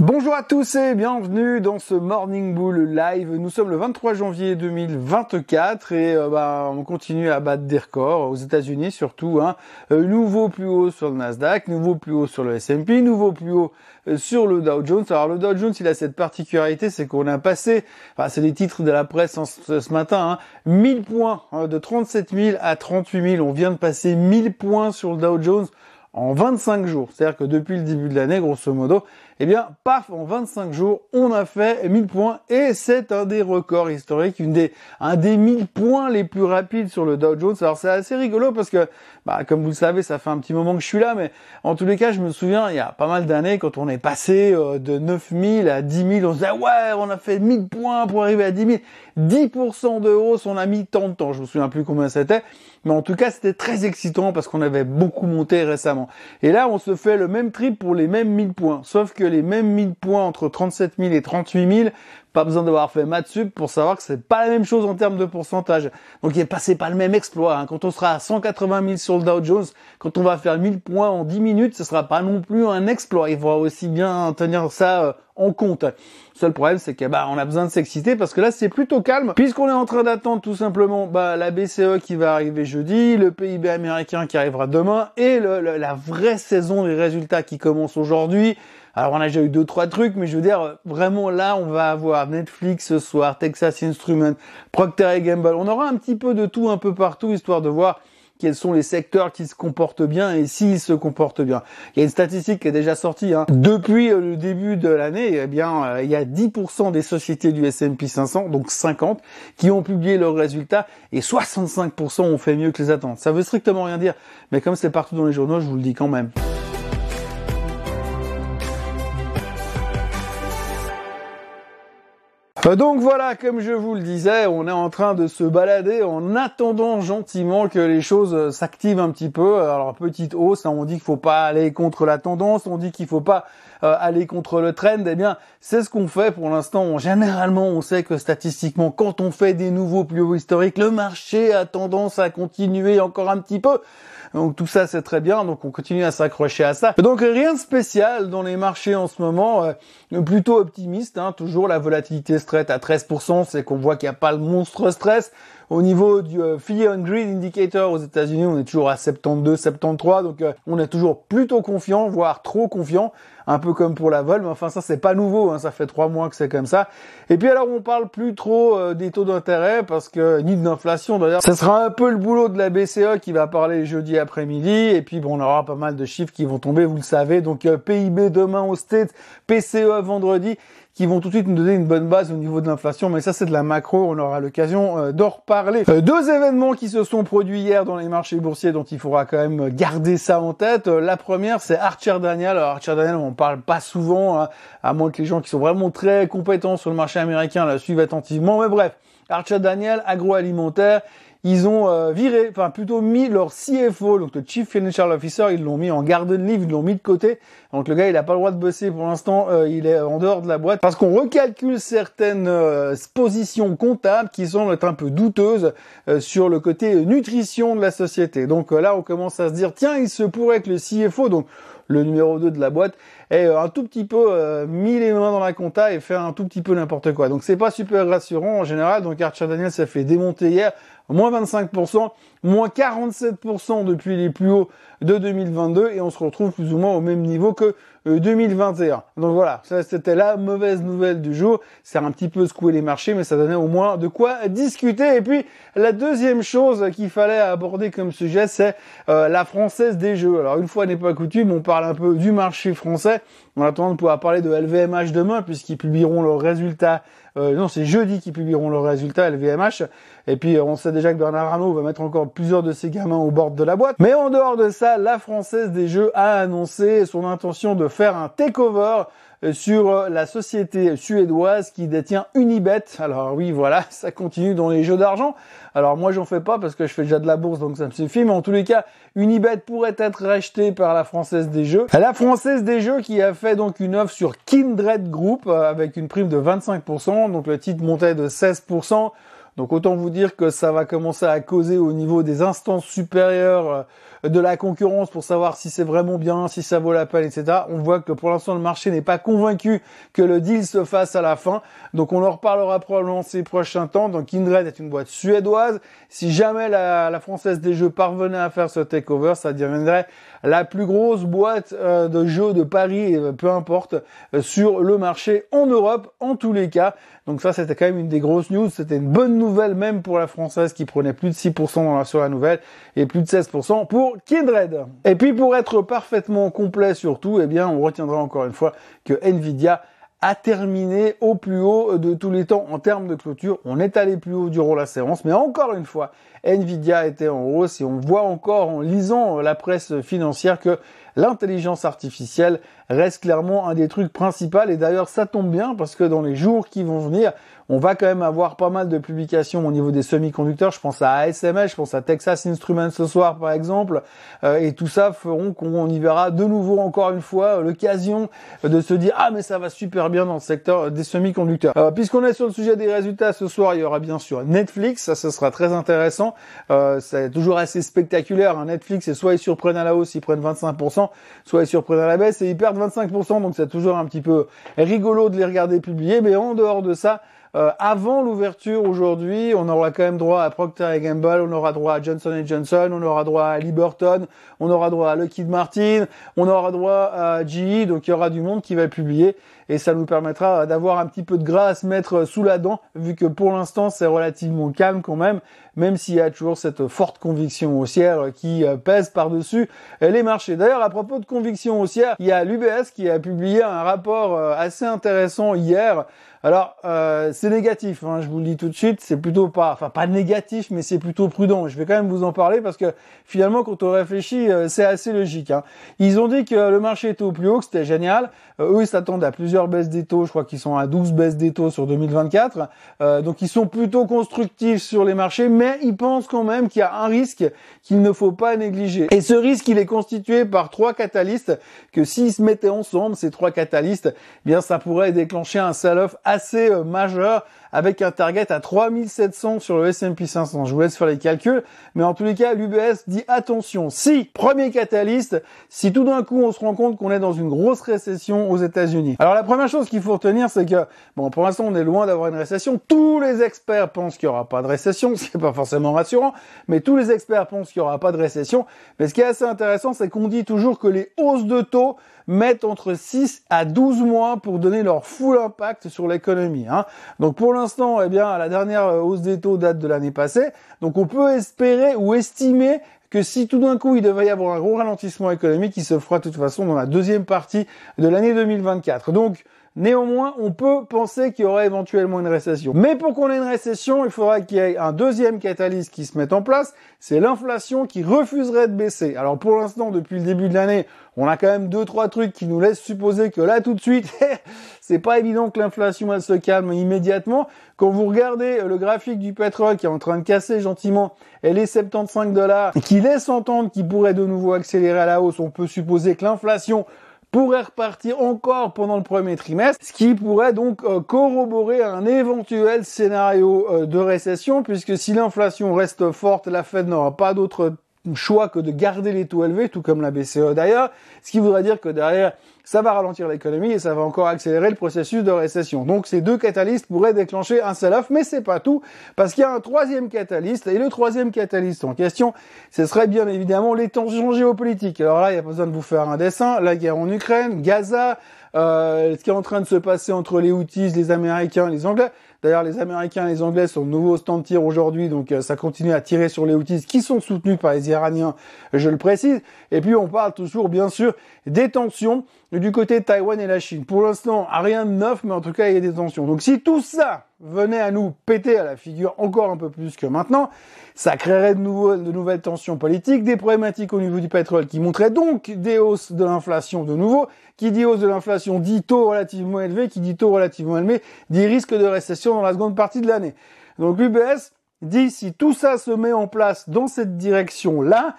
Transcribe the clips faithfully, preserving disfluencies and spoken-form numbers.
Bonjour à tous et bienvenue dans ce Morning Bull Live. Nous sommes le vingt-trois janvier deux mille vingt-quatre et euh, bah, on continue à battre des records aux États-Unis surtout. Hein. Euh, nouveau plus haut sur le Nasdaq, nouveau plus haut sur le S and P, nouveau plus haut euh, sur le Dow Jones. Alors le Dow Jones, il a cette particularité, c'est qu'on a passé, enfin c'est les titres de la presse en, ce, ce matin, hein, mille points, hein, de trente-sept mille à trente-huit mille. On vient de passer mille points sur le Dow Jones en vingt-cinq jours. C'est-à-dire que depuis le début de l'année, grosso modo, eh bien, paf, en vingt-cinq jours, on a fait mille points et c'est un des records historiques, une des, un des mille points les plus rapides sur le Dow Jones. Alors, c'est assez rigolo parce que, bah, comme vous le savez, ça fait un petit moment que je suis là, mais en tous les cas, je me souviens, il y a pas mal d'années, quand on est passé euh, de neuf mille à dix mille, on se disait, ouais, on a fait mille points pour arriver à dix mille. dix pour cent de hausse, on a mis tant de temps. Je me souviens plus combien c'était. Mais en tout cas, c'était très excitant parce qu'on avait beaucoup monté récemment. Et là, on se fait le même trip pour les mêmes mille points. Sauf que les mêmes mille points entre trente-sept mille et trente-huit mille, pas besoin d'avoir fait maths sup pour savoir que c'est pas la même chose en termes de pourcentage. Donc, il est passé pas le même exploit. Hein. Quand on sera à cent quatre-vingt mille sur le Dow Jones, quand on va faire mille points en dix minutes, ce sera pas non plus un exploit. Il faudra aussi bien tenir ça euh, en compte. Le seul problème, c'est que bah on a besoin de s'exciter parce que là, c'est plutôt calme puisqu'on est en train d'attendre tout simplement bah la B C E qui va arriver jeudi, le P I B américain qui arrivera demain et le, le, la vraie saison des résultats qui commence aujourd'hui. Alors, on a déjà eu deux, trois trucs, mais je veux dire, vraiment, là, on va avoir Netflix ce soir, Texas Instruments, Procter et Gamble. On aura un petit peu de tout, un peu partout, histoire de voir quels sont les secteurs qui se comportent bien et s'ils se comportent bien. Il y a une statistique qui est déjà sortie. Hein. Depuis le début de l'année, eh bien, euh, il y a dix pour cent des sociétés du S and P cinq cents, donc cinquante, qui ont publié leurs résultats et soixante-cinq pour cent ont fait mieux que les attentes. Ça veut strictement rien dire, mais comme c'est partout dans les journaux, je vous le dis quand même. Donc voilà, comme je vous le disais, on est en train de se balader en attendant gentiment que les choses s'activent un petit peu. Alors petite hausse, hein, on dit qu'il faut pas aller contre la tendance, on dit qu'il faut pas euh, aller contre le trend. Eh bien, c'est ce qu'on fait pour l'instant. Généralement, on sait que statistiquement, quand on fait des nouveaux plus hauts historiques, le marché a tendance à continuer encore un petit peu. Donc tout ça c'est très bien, donc on continue à s'accrocher à ça. Donc rien de spécial dans les marchés en ce moment, euh, plutôt optimiste, hein, toujours la volatilité straight à treize pour cent, c'est qu'on voit qu'il n'y a pas le monstre stress. Au niveau du euh, Fear and Greed Indicator aux États-Unis, on est toujours à soixante-douze, soixante-treize, donc euh, on est toujours plutôt confiant, voire trop confiant, un peu comme pour la vol, mais enfin ça c'est pas nouveau, hein, ça fait trois mois que c'est comme ça. Et puis alors on parle plus trop euh, des taux d'intérêt parce que ni de l'inflation d'ailleurs. Ça sera un peu le boulot de la B C E qui va parler jeudi après-midi, et puis bon on aura pas mal de chiffres qui vont tomber, vous le savez. Donc euh, P I B demain au States, P C E vendredi, qui vont tout de suite nous donner une bonne base au niveau de l'inflation, mais ça c'est de la macro, on aura l'occasion euh, d'en reparler. Euh, deux événements qui se sont produits hier dans les marchés boursiers dont il faudra quand même garder ça en tête. Euh, la première c'est Archer Daniels. Alors Archer Daniels on parle pas souvent, hein, à moins que les gens qui sont vraiment très compétents sur le marché américain la suivent attentivement, mais bref, Archer Daniels, agroalimentaire. Ils ont euh, viré, enfin plutôt mis leur C F O, donc le Chief Financial Officer, ils l'ont mis en garden leave, ils l'ont mis de côté. Donc le gars, il a pas le droit de bosser pour l'instant, euh, il est en dehors de la boîte parce qu'on recalcule certaines euh, positions comptables qui semblent être un peu douteuses euh, sur le côté nutrition de la société. Donc euh, là, on commence à se dire, tiens, il se pourrait que le C F O, donc le numéro deux de la boîte, ait un tout petit peu euh, mis les mains dans la compta et fait un tout petit peu n'importe quoi. Donc c'est pas super rassurant en général. Donc Archer Daniels s'est fait démonter hier, moins vingt-cinq pour cent, moins quarante-sept pour cent depuis les plus hauts de deux mille vingt-deux, et on se retrouve plus ou moins au même niveau que euh, deux mille vingt et un. Donc voilà, ça c'était la mauvaise nouvelle du jour. Ça a un petit peu secoué les marchés, mais ça donnait au moins de quoi discuter. Et puis la deuxième chose qu'il fallait aborder comme sujet, c'est euh, la Française des Jeux. Alors une fois n'est pas coutume, on parle un peu du marché français. On attend de pouvoir parler de L V M H demain, puisqu'ils publieront leurs résultats. Euh, non, c'est jeudi qu'ils publieront leurs résultats, L V M H. Et puis, on sait déjà que Bernard Arnault va mettre encore plusieurs de ses gamins au bord de la boîte. Mais en dehors de ça, la Française des Jeux a annoncé son intention de faire un takeover sur la société suédoise qui détient Unibet. Alors oui, voilà, ça continue dans les jeux d'argent. Alors moi, j'en fais pas parce que je fais déjà de la bourse, donc ça me suffit. Mais en tous les cas, Unibet pourrait être racheté par la Française des Jeux. La Française des Jeux qui a fait donc une offre sur Kindred Group avec une prime de vingt-cinq pour cent. Donc le titre montait de seize pour cent. Donc autant vous dire que ça va commencer à causer au niveau des instances supérieures de la concurrence pour savoir si c'est vraiment bien, si ça vaut la peine, et cetera. On voit que pour l'instant, le marché n'est pas convaincu que le deal se fasse à la fin. Donc, on en reparlera probablement ces prochains temps. Donc, Kindred est une boîte suédoise. Si jamais la, la Française des Jeux parvenait à faire ce takeover, ça deviendrait la plus grosse boîte euh, de jeux de paris, euh, peu importe, euh, sur le marché en Europe, en tous les cas. Donc ça, c'était quand même une des grosses news. C'était une bonne nouvelle même pour la Française qui prenait plus de six pour cent dans la, sur la nouvelle et plus de seize pour cent pour Kindred. Et puis, pour être parfaitement complet surtout, eh bien, on retiendra encore une fois que Nvidia a terminé au plus haut de tous les temps en termes de clôture. On est allé plus haut durant la séance, mais encore une fois, Nvidia était en hausse et on voit encore en lisant la presse financière que l'intelligence artificielle reste clairement un des trucs principaux. Et d'ailleurs, ça tombe bien parce que dans les jours qui vont venir, on va quand même avoir pas mal de publications au niveau des semi-conducteurs. Je pense à A S M L, je pense à Texas Instruments ce soir par exemple. Euh, et tout ça feront qu'on y verra de nouveau encore une fois l'occasion de se dire « Ah mais ça va super bien dans le secteur des semi-conducteurs euh, ». Puisqu'on est sur le sujet des résultats ce soir, il y aura bien sûr Netflix. Ça, ce sera très intéressant. Euh, c'est toujours assez spectaculaire. Hein. Netflix, c'est soit ils surprennent à la hausse, ils prennent vingt-cinq pour cent, soit ils surprennent à la baisse et ils perdent vingt-cinq pour cent. Donc c'est toujours un petit peu rigolo de les regarder publier. Mais en dehors de ça, Euh, avant l'ouverture aujourd'hui, on aura quand même droit à Procter and Gamble, on aura droit à Johnson and Johnson, on aura droit à Liberton, on aura droit à Lockheed Martin, on aura droit à G E, donc il y aura du monde qui va publier et ça nous permettra d'avoir un petit peu de gras à se mettre sous la dent, vu que pour l'instant c'est relativement calme quand même, même s'il y a toujours cette forte conviction haussière qui pèse par-dessus les marchés. D'ailleurs, à propos de conviction haussière, il y a l'U B S qui a publié un rapport assez intéressant hier. Alors, euh, c'est négatif, hein, je vous le dis tout de suite, c'est plutôt pas, enfin pas négatif, mais c'est plutôt prudent. Je vais quand même vous en parler parce que finalement, quand on réfléchit, euh, c'est assez logique. Hein. Ils ont dit que le marché était au plus haut, que c'était génial. Euh, eux, ils s'attendent à plusieurs baisses des taux. Je crois qu'ils sont à douze baisses des taux sur deux mille vingt-quatre. Euh, donc, ils sont plutôt constructifs sur les marchés, mais ils pensent quand même qu'il y a un risque qu'il ne faut pas négliger. Et ce risque, il est constitué par trois catalystes que s'ils se mettaient ensemble, ces trois catalystes, eh bien, ça pourrait déclencher un sell-off assez euh, majeur avec un target à trois mille sept cents sur le S and P cinq cents. Je vous laisse faire les calculs, mais en tous les cas, l'U B S dit attention, si, premier catalyste, si tout d'un coup on se rend compte qu'on est dans une grosse récession aux États-Unis. Alors la première chose qu'il faut retenir, c'est que, bon, pour l'instant on est loin d'avoir une récession, tous les experts pensent qu'il n'y aura pas de récession, c'est pas forcément rassurant, mais tous les experts pensent qu'il n'y aura pas de récession. Mais ce qui est assez intéressant, c'est qu'on dit toujours que les hausses de taux mettent entre six à douze mois pour donner leur full impact sur l'économie. Hein. Donc pour l'instant, eh bien, la dernière hausse des taux date de l'année passée. Donc on peut espérer ou estimer que si tout d'un coup il devait y avoir un gros ralentissement économique, il se fera de toute façon dans la deuxième partie de l'année deux mille vingt-quatre. Donc néanmoins, on peut penser qu'il y aurait éventuellement une récession. Mais pour qu'on ait une récession, il faudra qu'il y ait un deuxième catalyse qui se mette en place, c'est l'inflation qui refuserait de baisser. Alors pour l'instant, depuis le début de l'année, on a quand même deux, trois trucs qui nous laissent supposer que là, tout de suite, c'est pas évident que l'inflation, elle se calme immédiatement. Quand vous regardez le graphique du pétrole qui est en train de casser gentiment, et les soixante-quinze dollars, qui laisse entendre qu'il pourrait de nouveau accélérer à la hausse, on peut supposer que l'inflation pourrait repartir encore pendant le premier trimestre, ce qui pourrait donc euh, corroborer un éventuel scénario euh, de récession, puisque si l'inflation reste forte, la Fed n'aura pas d'autre choix que de garder les taux élevés, tout comme la B C E d'ailleurs, ce qui voudrait dire que derrière, ça va ralentir l'économie et ça va encore accélérer le processus de récession. Donc ces deux catalystes pourraient déclencher un sell-off, mais c'est pas tout, parce qu'il y a un troisième catalyste, et le troisième catalyste en question, ce serait bien évidemment les tensions géopolitiques. Alors là, il n'y a pas besoin de vous faire un dessin, la guerre en Ukraine, Gaza, euh, ce qui est en train de se passer entre les Houthis, les Américains, les Anglais. D'ailleurs, les Américains et les Anglais sont de nouveau au stand de tir aujourd'hui, donc euh, ça continue à tirer sur les Houthis qui sont soutenus par les Iraniens, je le précise. Et puis, on parle toujours, bien sûr, des tensions du côté de Taïwan et la Chine. Pour l'instant, rien de neuf, mais en tout cas, il y a des tensions. Donc, si tout ça venait à nous péter à la figure encore un peu plus que maintenant, ça créerait de, nouveau, de nouvelles tensions politiques, des problématiques au niveau du pétrole qui montraient donc des hausses de l'inflation de nouveau. Qui dit hausse de l'inflation dit taux relativement élevé, qui dit taux relativement élevé dit risque de récession dans la seconde partie de l'année. Donc l'U B S dit si tout ça se met en place dans cette direction-là,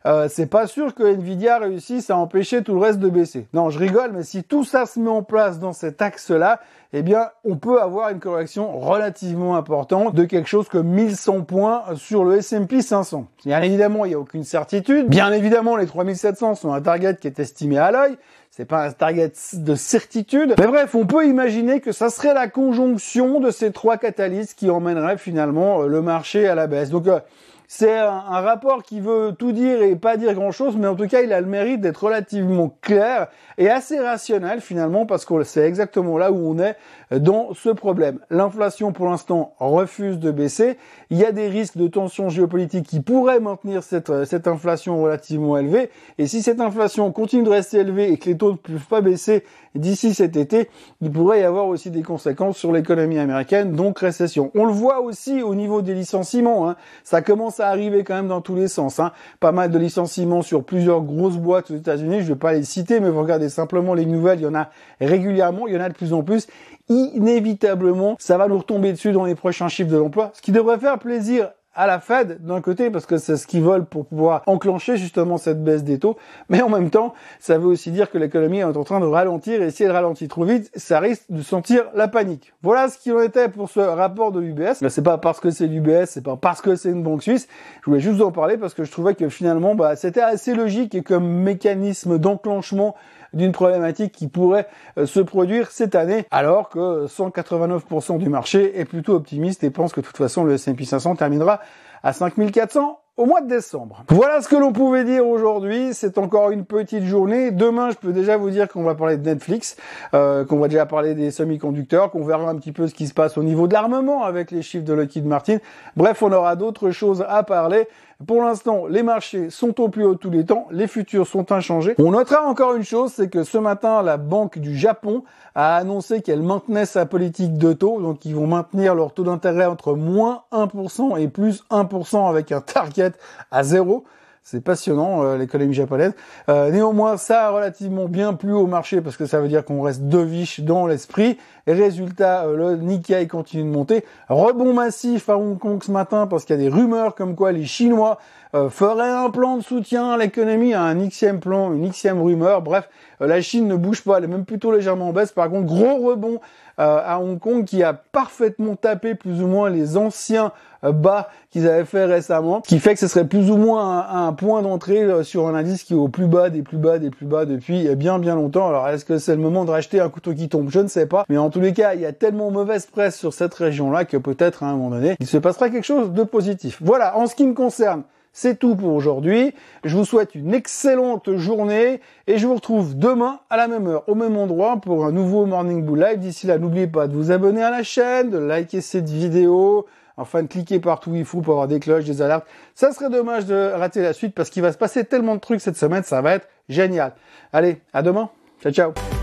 euh, c'est pas sûr que Nvidia réussisse à empêcher tout le reste de baisser. Non, je rigole, mais si tout ça se met en place dans cet axe-là, eh bien, on peut avoir une correction relativement importante de quelque chose comme mille cent points sur le S and P cinq cents. Bien évidemment, il n'y a aucune certitude. Bien évidemment, les trois mille sept cents sont un target qui est estimé à l'œil. C'est pas un target de certitude. Mais bref, on peut imaginer que ça serait la conjonction de ces trois catalystes qui emmènerait finalement le marché à la baisse. Donc, euh, c'est un, un rapport qui veut tout dire et pas dire grand-chose, mais en tout cas, il a le mérite d'être relativement clair et assez rationnel finalement, parce que c'est exactement là où on est dans ce problème. L'inflation, pour l'instant, refuse de baisser. Il y a des risques de tensions géopolitiques qui pourraient maintenir cette, cette inflation relativement élevée. Et si cette inflation continue de rester élevée et que les taux ne peuvent pas baisser d'ici cet été, il pourrait y avoir aussi des conséquences sur l'économie américaine, donc récession. On le voit aussi au niveau des licenciements, hein. Ça commence à arriver quand même dans tous les sens, hein. Pas mal de licenciements sur plusieurs grosses boîtes aux États-Unis, je vais pas les citer, mais vous regardez simplement les nouvelles, il y en a régulièrement, il y en a de plus en plus. Inévitablement, ça va nous retomber dessus dans les prochains chiffres de l'emploi, ce qui devrait faire plaisir à la Fed d'un côté, parce que c'est ce qu'ils veulent pour pouvoir enclencher justement cette baisse des taux, mais en même temps, ça veut aussi dire que l'économie est en train de ralentir, et si elle ralentit trop vite, ça risque de sentir la panique. Voilà ce qu'il en était pour ce rapport de l'U B S. Mais c'est pas parce que c'est l'U B S, c'est pas parce que c'est une banque suisse, je voulais juste vous en parler parce que je trouvais que finalement, bah, c'était assez logique et comme mécanisme d'enclenchement d'une problématique qui pourrait euh, se produire cette année, alors que cent quatre-vingt-neuf pour cent du marché est plutôt optimiste et pense que de toute façon le S and P cinq cents terminera à cinq mille quatre cents au mois de décembre. Voilà ce que l'on pouvait dire aujourd'hui. C'est encore une petite journée. Demain, je peux déjà vous dire qu'on va parler de Netflix, euh, qu'on va déjà parler des semi-conducteurs, qu'on verra un petit peu ce qui se passe au niveau de l'armement avec les chiffres de Lockheed Martin. Bref, on aura d'autres choses à parler. Pour l'instant, les marchés sont au plus haut de tous les temps, les futurs sont inchangés. On notera encore une chose, c'est que ce matin, la Banque du Japon a annoncé qu'elle maintenait sa politique de taux, donc ils vont maintenir leur taux d'intérêt entre moins un pour cent et plus un pour cent avec un target à zéro. C'est passionnant, euh, l'économie japonaise. Euh, néanmoins, ça a relativement bien plu au marché parce que ça veut dire qu'on reste dovish dans l'esprit. Et résultat, euh, le Nikkei continue de monter. Rebond massif à Hong Kong ce matin parce qu'il y a des rumeurs comme quoi les Chinois euh, feraient un plan de soutien à l'économie, un Xème plan, une Xème rumeur. Bref, euh, la Chine ne bouge pas, elle est même plutôt légèrement en baisse. Par contre, gros rebond euh, à Hong Kong qui a parfaitement tapé plus ou moins les anciens euh, bas qu'ils avaient fait récemment, ce qui fait que ce serait plus ou moins un, un point d'entrée euh, sur un indice qui est au plus bas des plus bas des plus bas depuis bien bien longtemps. Alors est-ce que c'est le moment de racheter un couteau qui tombe? Je ne sais pas, mais en tous les cas, il y a tellement mauvaise presse sur cette région-là que peut-être à un moment donné, il se passera quelque chose de positif. Voilà, en ce qui me concerne, c'est tout pour aujourd'hui. Je vous souhaite une excellente journée et je vous retrouve demain à la même heure, au même endroit pour un nouveau Morning Bull Live. D'ici là, n'oubliez pas de vous abonner à la chaîne, de liker cette vidéo, enfin de cliquer partout où il faut pour avoir des cloches, des alertes. Ça serait dommage de rater la suite parce qu'il va se passer tellement de trucs cette semaine, ça va être génial. Allez, à demain. Ciao, ciao.